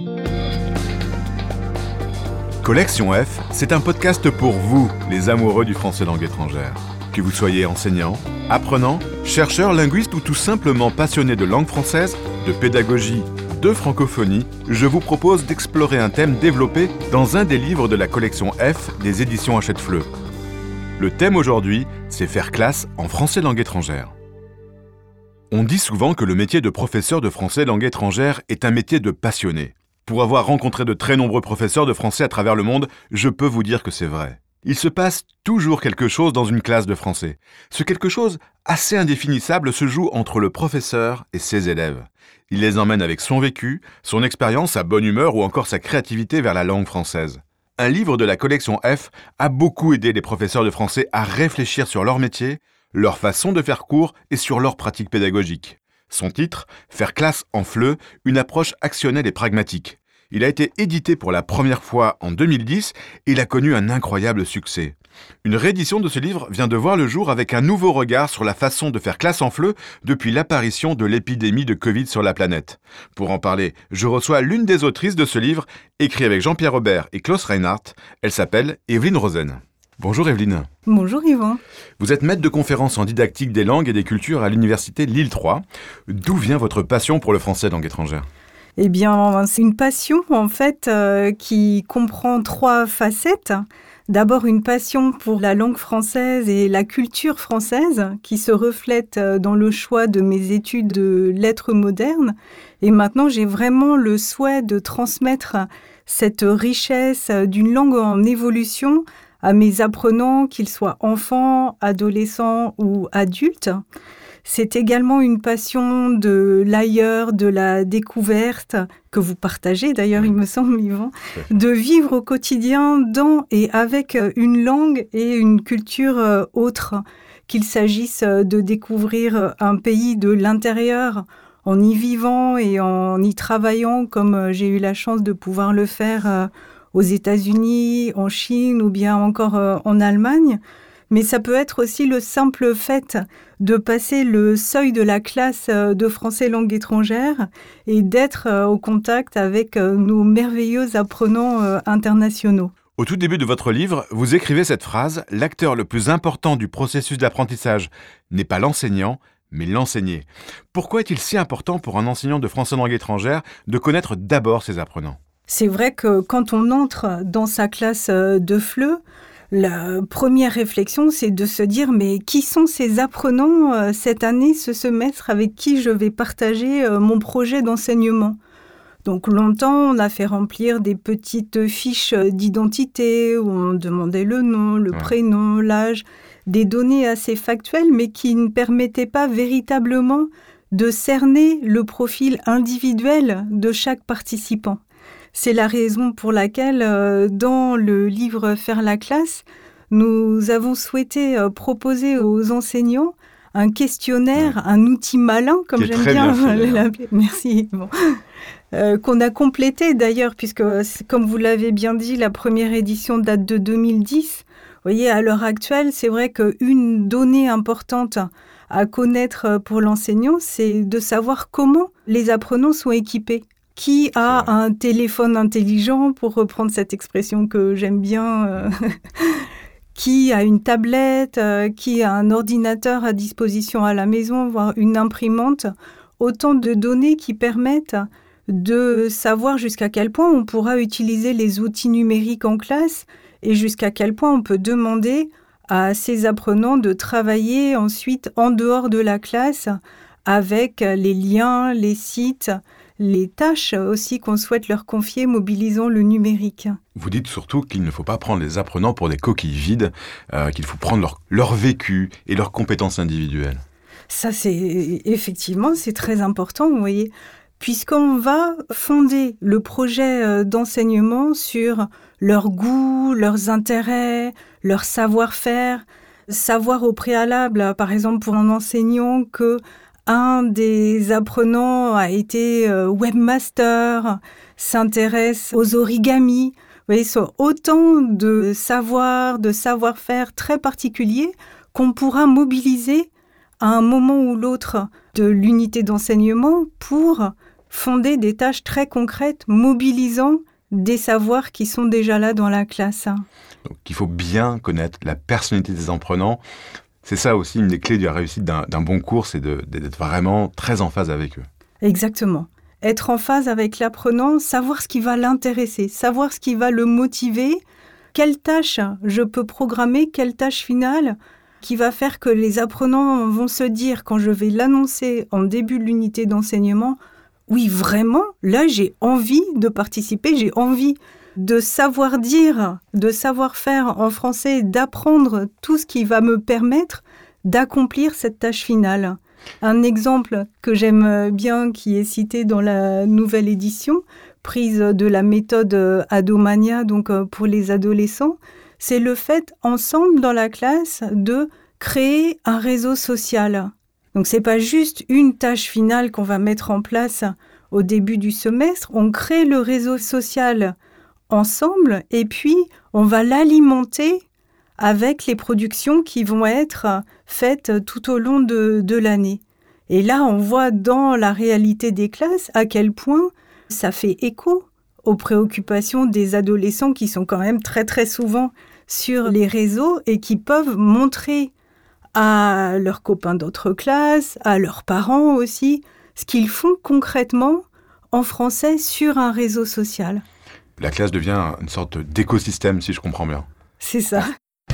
Collection F, c'est un podcast pour vous, les amoureux du français langue étrangère. Que vous soyez enseignant, apprenant, chercheur, linguiste ou tout simplement passionné de langue française, de pédagogie, de francophonie, je vous propose d'explorer un thème développé dans un des livres de la collection F des éditions Hachette-Fleu. Le thème aujourd'hui, c'est faire classe en français langue étrangère. On dit souvent que le métier de professeur de français langue étrangère est un métier de passionné. Pour avoir rencontré de très nombreux professeurs de français à travers le monde, je peux vous dire que c'est vrai. Il se passe toujours quelque chose dans une classe de français. Ce quelque chose assez indéfinissable se joue entre le professeur et ses élèves. Il les emmène avec son vécu, son expérience, sa bonne humeur ou encore sa créativité vers la langue française. Un livre de la collection F a beaucoup aidé les professeurs de français à réfléchir sur leur métier, leur façon de faire cours et sur leur pratique pédagogique. Son titre, Faire classe en FLE, une approche actionnelle et pragmatique. Il a été édité pour la première fois en 2010 et il a connu un incroyable succès. Une réédition de ce livre vient de voir le jour avec un nouveau regard sur la façon de faire classe en FLE depuis l'apparition de l'épidémie de Covid sur la planète. Pour en parler, je reçois l'une des autrices de ce livre, écrit avec Jean-Pierre Robert et Klaus Reinhardt. Elle s'appelle Evelyne Rosen. Bonjour Evelyne. Bonjour Yvan. Vous êtes maître de conférences en didactique des langues et des cultures à l'université Lille 3. D'où vient votre passion pour le français langue étrangère ? Eh bien, c'est une passion en fait qui comprend 3 facettes. D'abord, une passion pour la langue française et la culture française qui se reflète dans le choix de mes études de lettres modernes. Et maintenant, j'ai vraiment le souhait de transmettre cette richesse d'une langue en évolution à mes apprenants, qu'ils soient enfants, adolescents ou adultes. C'est également une passion de l'ailleurs, de la découverte, que vous partagez d'ailleurs, il me semble, Yvan, de vivre au quotidien dans et avec une langue et une culture autre, qu'il s'agisse de découvrir un pays de l'intérieur en y vivant et en y travaillant, comme j'ai eu la chance de pouvoir le faire aux États-Unis, en Chine ou bien encore en Allemagne. Mais ça peut être aussi le simple fait de passer le seuil de la classe de français langue étrangère et d'être au contact avec nos merveilleux apprenants internationaux. Au tout début de votre livre, vous écrivez cette phrase « L'acteur le plus important du processus d'apprentissage n'est pas l'enseignant, mais l'enseigné ». Pourquoi est-il si important pour un enseignant de français langue étrangère de connaître d'abord ses apprenants ? C'est vrai que quand on entre dans sa classe de FLE, la première réflexion, c'est de se dire mais qui sont ces apprenants cette année, ce semestre, avec qui je vais partager mon projet d'enseignement. Donc longtemps, on a fait remplir des petites fiches d'identité où on demandait le nom, le prénom, l'âge, des données assez factuelles mais qui ne permettaient pas véritablement de cerner le profil individuel de chaque participant. C'est la raison pour laquelle, dans le livre « Faire la classe », nous avons souhaité proposer aux enseignants un questionnaire, un outil malin, comme j'aime bien l'appeler. Merci. Bon. Qu'on a complété d'ailleurs, puisque, comme vous l'avez bien dit, la première édition date de 2010. Vous voyez, à l'heure actuelle, c'est vrai qu'une donnée importante à connaître pour l'enseignant, c'est de savoir comment les apprenants sont équipés. Qui a un téléphone intelligent, pour reprendre cette expression que j'aime bien, qui a une tablette, qui a un ordinateur à disposition à la maison, voire une imprimante. Autant de données qui permettent de savoir jusqu'à quel point on pourra utiliser les outils numériques en classe et jusqu'à quel point on peut demander à ces apprenants de travailler ensuite en dehors de la classe avec les liens, les sites, les tâches aussi qu'on souhaite leur confier, mobilisant le numérique. Vous dites surtout qu'il ne faut pas prendre les apprenants pour des coquilles vides, qu'il faut prendre leur vécu et leurs compétences individuelles. Ça, c'est très important, vous voyez, puisqu'on va fonder le projet d'enseignement sur leurs goûts, leurs intérêts, leur savoir-faire. Savoir au préalable, par exemple pour un enseignant, que un des apprenants a été webmaster, s'intéresse aux origamis. Vous voyez, ce sont autant de savoir-faire très particuliers qu'on pourra mobiliser à un moment ou l'autre de l'unité d'enseignement pour fonder des tâches très concrètes, mobilisant des savoirs qui sont déjà là dans la classe. Donc, il faut bien connaître la personnalité des apprenants. C'est ça aussi une des clés de la réussite d'un bon cours, c'est d'être vraiment très en phase avec eux. Exactement. Être en phase avec l'apprenant, savoir ce qui va l'intéresser, savoir ce qui va le motiver, quelle tâche je peux programmer, quelle tâche finale qui va faire que les apprenants vont se dire, quand je vais l'annoncer en début de l'unité d'enseignement, oui, vraiment, là, j'ai envie de participer, j'ai envie de savoir dire, de savoir faire en français, d'apprendre tout ce qui va me permettre d'accomplir cette tâche finale. Un exemple que j'aime bien, qui est cité dans la nouvelle édition, prise de la méthode Adomania, donc pour les adolescents, c'est le fait, ensemble dans la classe, de créer un réseau social. Donc c'est pas juste une tâche finale qu'on va mettre en place au début du semestre, on crée le réseau social ensemble et puis on va l'alimenter avec les productions qui vont être faites tout au long de l'année. Et là, on voit dans la réalité des classes à quel point ça fait écho aux préoccupations des adolescents qui sont quand même très très souvent sur les réseaux et qui peuvent montrer à leurs copains d'autres classes, à leurs parents aussi, ce qu'ils font concrètement en français sur un réseau social. La classe devient une sorte d'écosystème, si je comprends bien. C'est ça.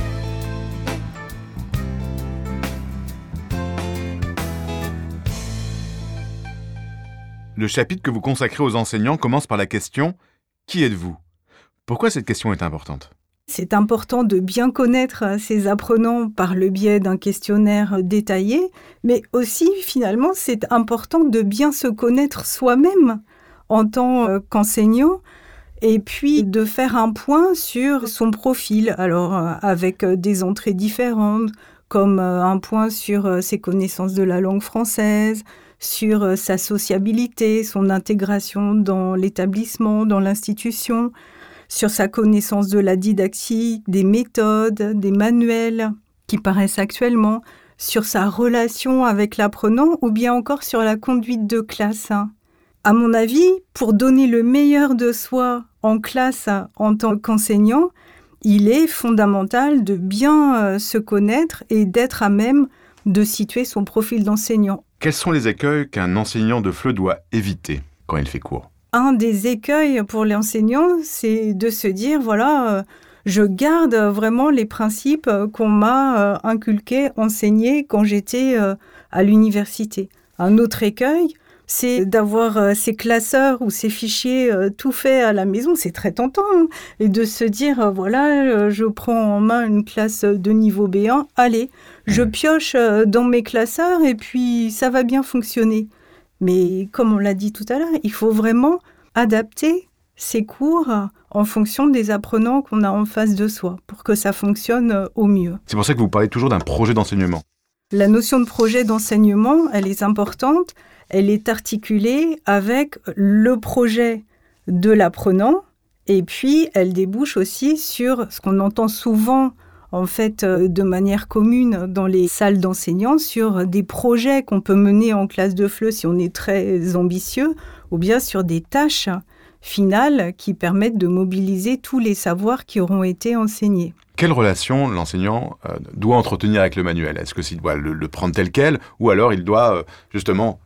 Le chapitre que vous consacrez aux enseignants commence par la question « Qui êtes-vous » Pourquoi cette question est importante ? C'est important de bien connaître ses apprenants par le biais d'un questionnaire détaillé, mais aussi, finalement, c'est important de bien se connaître soi-même en tant qu'enseignant, et puis de faire un point sur son profil, alors avec des entrées différentes, comme un point sur ses connaissances de la langue française, sur sa sociabilité, son intégration dans l'établissement, dans l'institution, sur sa connaissance de la didactique, des méthodes, des manuels qui paraissent actuellement, sur sa relation avec l'apprenant ou bien encore sur la conduite de classe. À mon avis, pour donner le meilleur de soi en classe en tant qu'enseignant, il est fondamental de bien se connaître et d'être à même de situer son profil d'enseignant. Quels sont les écueils qu'un enseignant de FLE doit éviter quand il fait cours ? Un des écueils pour l'enseignant, c'est de se dire, voilà, je garde vraiment les principes qu'on m'a inculqués, enseignés quand j'étais à l'université. Un autre écueil, c'est d'avoir ces classeurs ou ces fichiers tout faits à la maison, c'est très tentant, hein, et de se dire, voilà, je prends en main une classe de niveau B1, allez, je pioche dans mes classeurs et puis ça va bien fonctionner. Mais comme on l'a dit tout à l'heure, il faut vraiment adapter ces cours en fonction des apprenants qu'on a en face de soi pour que ça fonctionne au mieux. C'est pour ça que vous parlez toujours d'un projet d'enseignement. La notion de projet d'enseignement, elle est importante. Elle est articulée avec le projet de l'apprenant et puis elle débouche aussi sur ce qu'on entend souvent en fait, de manière commune dans les salles d'enseignants sur des projets qu'on peut mener en classe de FLE si on est très ambitieux, ou bien sur des tâches finales qui permettent de mobiliser tous les savoirs qui auront été enseignés. Quelle relation l'enseignant doit entretenir avec le manuel ? Est-ce qu'il doit le prendre tel quel, ou alors il doit justement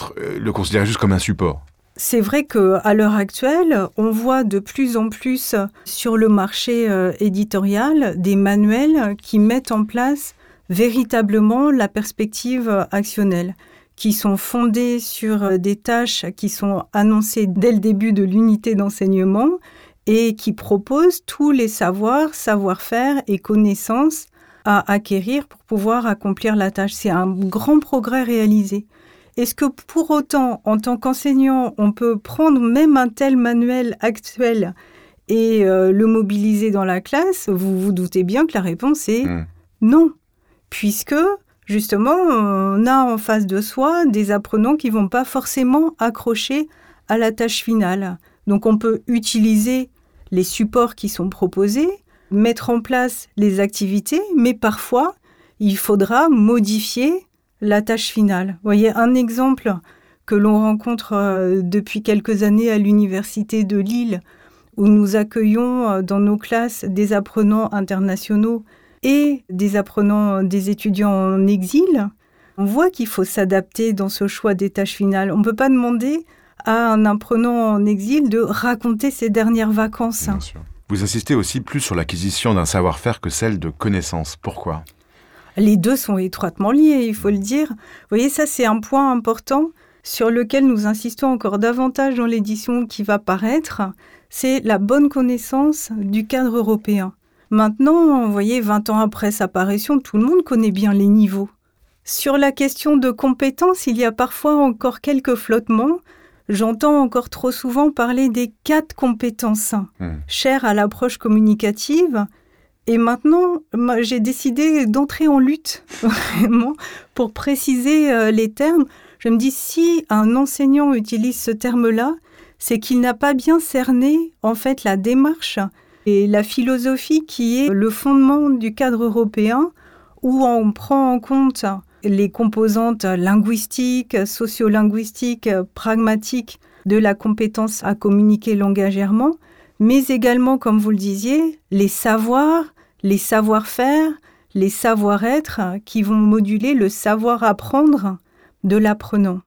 le considérer juste comme un support ? C'est vrai qu'à l'heure actuelle, on voit de plus en plus sur le marché éditorial des manuels qui mettent en place véritablement la perspective actionnelle, qui sont fondés sur des tâches qui sont annoncées dès le début de l'unité d'enseignement et qui proposent tous les savoirs, savoir-faire et connaissances à acquérir pour pouvoir accomplir la tâche. C'est un grand progrès réalisé. Est-ce que pour autant, en tant qu'enseignant, on peut prendre même un tel manuel actuel et le mobiliser dans la classe ? Vous vous doutez bien que la réponse est non, puisque justement, on a en face de soi des apprenants qui ne vont pas forcément accrocher à la tâche finale. Donc on peut utiliser les supports qui sont proposés, mettre en place les activités, mais parfois, il faudra modifier la tâche finale. Vous voyez, un exemple que l'on rencontre depuis quelques années à l'Université de Lille, où nous accueillons dans nos classes des apprenants internationaux et des apprenants, des étudiants en exil, on voit qu'il faut s'adapter dans ce choix des tâches finales. On ne peut pas demander à un apprenant en exil de raconter ses dernières vacances. Bien sûr. Vous insistez aussi plus sur l'acquisition d'un savoir-faire que celle de connaissances. Pourquoi ? Les deux sont étroitement liés, il faut le dire. Vous voyez, ça c'est un point important sur lequel nous insistons encore davantage dans l'édition qui va paraître. C'est la bonne connaissance du cadre européen. Maintenant, vous voyez, 20 ans après sa parution, tout le monde connaît bien les niveaux. Sur la question de compétences, il y a parfois encore quelques flottements. J'entends encore trop souvent parler des 4 compétences, chères à l'approche communicative. Et maintenant, j'ai décidé d'entrer en lutte, vraiment, pour préciser les termes. Je me dis, si un enseignant utilise ce terme-là, c'est qu'il n'a pas bien cerné, en fait, la démarche et la philosophie qui est le fondement du cadre européen, où on prend en compte les composantes linguistiques, sociolinguistiques, pragmatiques de la compétence à communiquer langagièrement, mais également, comme vous le disiez, les savoirs, les savoir-faire, les savoir-être qui vont moduler le savoir-apprendre de l'apprenant.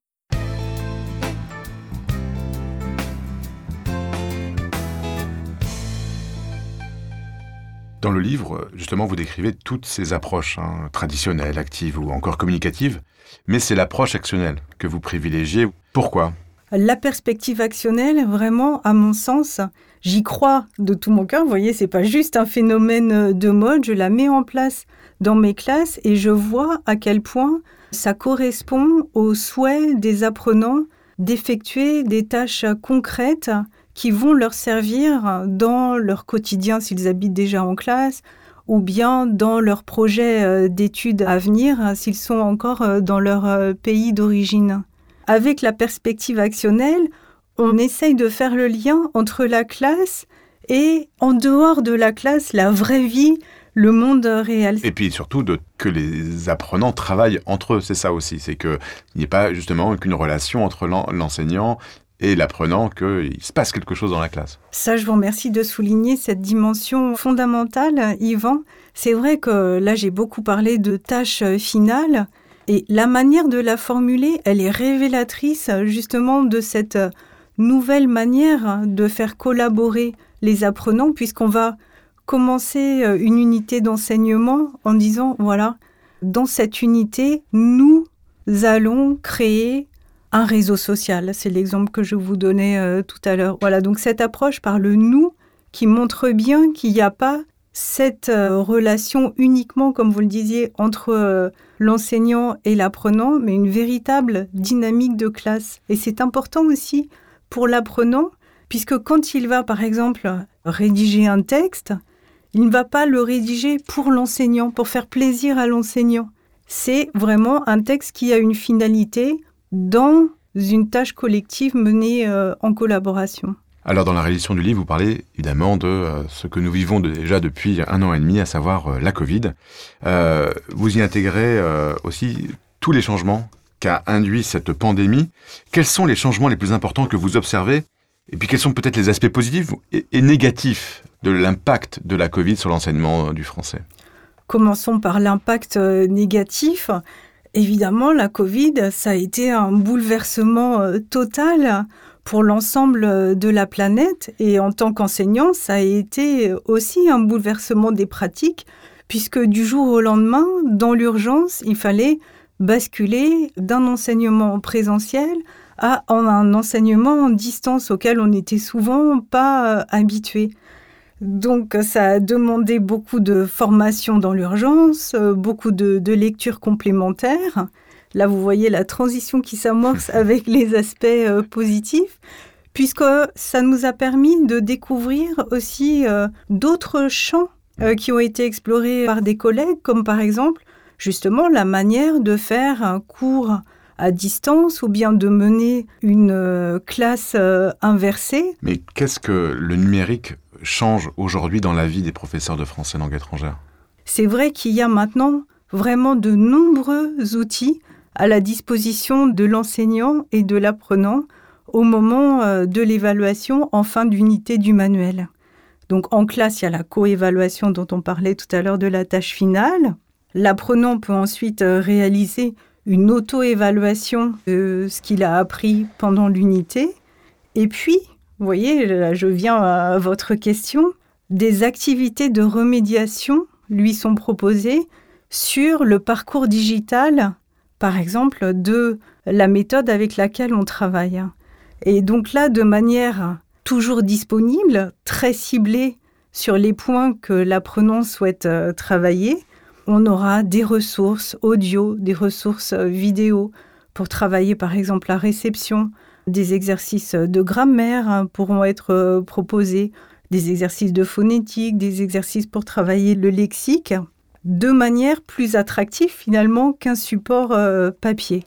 Dans le livre, justement, vous décrivez toutes ces approches, traditionnelles, actives ou encore communicatives, mais c'est l'approche actionnelle que vous privilégiez. Pourquoi ? La perspective actionnelle, vraiment, à mon sens, j'y crois de tout mon cœur. Vous voyez, c'est pas juste un phénomène de mode. Je la mets en place dans mes classes et je vois à quel point ça correspond au souhait des apprenants d'effectuer des tâches concrètes qui vont leur servir dans leur quotidien s'ils habitent déjà en classe ou bien dans leur projet d'études à venir s'ils sont encore dans leur pays d'origine. Avec la perspective actionnelle, on essaye de faire le lien entre la classe et, en dehors de la classe, la vraie vie, le monde réel. Et puis surtout que les apprenants travaillent entre eux, c'est ça aussi. C'est qu'il n'y ait pas justement qu'une relation entre l'enseignant et l'apprenant, qu'il se passe quelque chose dans la classe. Ça, je vous remercie de souligner cette dimension fondamentale, Yvan. C'est vrai que là, j'ai beaucoup parlé de tâches finales. Et la manière de la formuler, elle est révélatrice justement de cette nouvelle manière de faire collaborer les apprenants, puisqu'on va commencer une unité d'enseignement en disant, voilà, dans cette unité, nous allons créer un réseau social. C'est l'exemple que je vous donnais tout à l'heure. Voilà, donc cette approche par le « nous » qui montre bien qu'il n'y a pas cette relation uniquement, comme vous le disiez, entre l'enseignant et l'apprenant, mais une véritable dynamique de classe. Et c'est important aussi pour l'apprenant, puisque quand il va, par exemple, rédiger un texte, il ne va pas le rédiger pour l'enseignant, pour faire plaisir à l'enseignant. C'est vraiment un texte qui a une finalité dans une tâche collective menée en collaboration. Alors, dans la réédition du livre, vous parlez évidemment de ce que nous vivons déjà depuis 1 an et demi, à savoir la Covid. Vous y intégrez aussi tous les changements qu'a induit cette pandémie. Quels sont les changements les plus importants que vous observez ? Et puis, quels sont peut-être les aspects positifs et négatifs de l'impact de la Covid sur l'enseignement du français ? Commençons par l'impact négatif. Évidemment, la Covid, ça a été un bouleversement total pour l'ensemble de la planète. Et en tant qu'enseignant, ça a été aussi un bouleversement des pratiques, puisque du jour au lendemain, dans l'urgence, il fallait basculer d'un enseignement présentiel à un enseignement en distance auquel on n'était souvent pas habitué. Donc, ça a demandé beaucoup de formation dans l'urgence, beaucoup de lectures complémentaires. Là, vous voyez la transition qui s'amorce avec les aspects positifs, puisque ça nous a permis de découvrir aussi d'autres champs qui ont été explorés par des collègues, comme par exemple, justement, la manière de faire un cours à distance ou bien de mener une classe inversée. Mais qu'est-ce que le numérique change aujourd'hui dans la vie des professeurs de français langue étrangère ? C'est vrai qu'il y a maintenant vraiment de nombreux outils à la disposition de l'enseignant et de l'apprenant au moment de l'évaluation en fin d'unité du manuel. Donc en classe, il y a la coévaluation dont on parlait tout à l'heure de la tâche finale. L'apprenant peut ensuite réaliser une auto-évaluation de ce qu'il a appris pendant l'unité. Et puis, vous voyez, là, je viens à votre question, des activités de remédiation lui sont proposées sur le parcours digital, par exemple, de la méthode avec laquelle on travaille. Et donc là, de manière toujours disponible, très ciblée sur les points que l'apprenant souhaite travailler, on aura des ressources audio, des ressources vidéo pour travailler par exemple la réception. Des exercices de grammaire pourront être proposés, des exercices de phonétique, des exercices pour travailler le lexique, de manière plus attractive finalement qu'un support papier.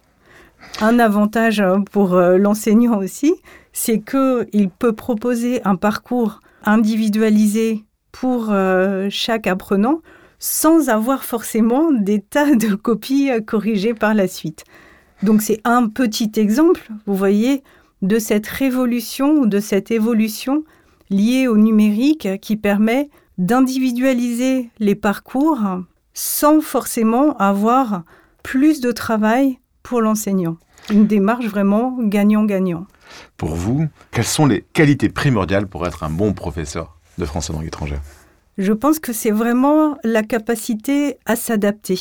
Un avantage pour l'enseignant aussi, c'est qu'il peut proposer un parcours individualisé pour chaque apprenant, sans avoir forcément des tas de copies corrigées par la suite. Donc c'est un petit exemple, vous voyez, de cette révolution ou de cette évolution liée au numérique qui permet d'individualiser les parcours sans forcément avoir plus de travail pour l'enseignant. Une démarche vraiment gagnant-gagnant. Pour vous, quelles sont les qualités primordiales pour être un bon professeur de français langue étrangère ? Je pense que c'est vraiment la capacité à s'adapter.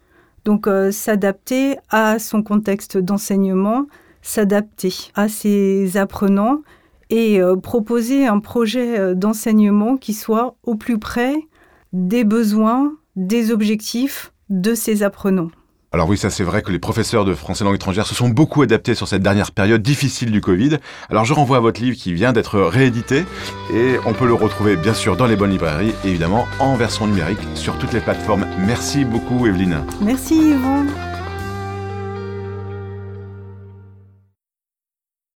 Donc, s'adapter à son contexte d'enseignement, s'adapter à ses apprenants et proposer un projet d'enseignement qui soit au plus près des besoins, des objectifs de ses apprenants. Alors oui, ça c'est vrai que les professeurs de français langue étrangère se sont beaucoup adaptés sur cette dernière période difficile du Covid. Alors je renvoie à votre livre qui vient d'être réédité et on peut le retrouver bien sûr dans les bonnes librairies et évidemment en version numérique sur toutes les plateformes. Merci beaucoup Evelyne. Merci Yvon.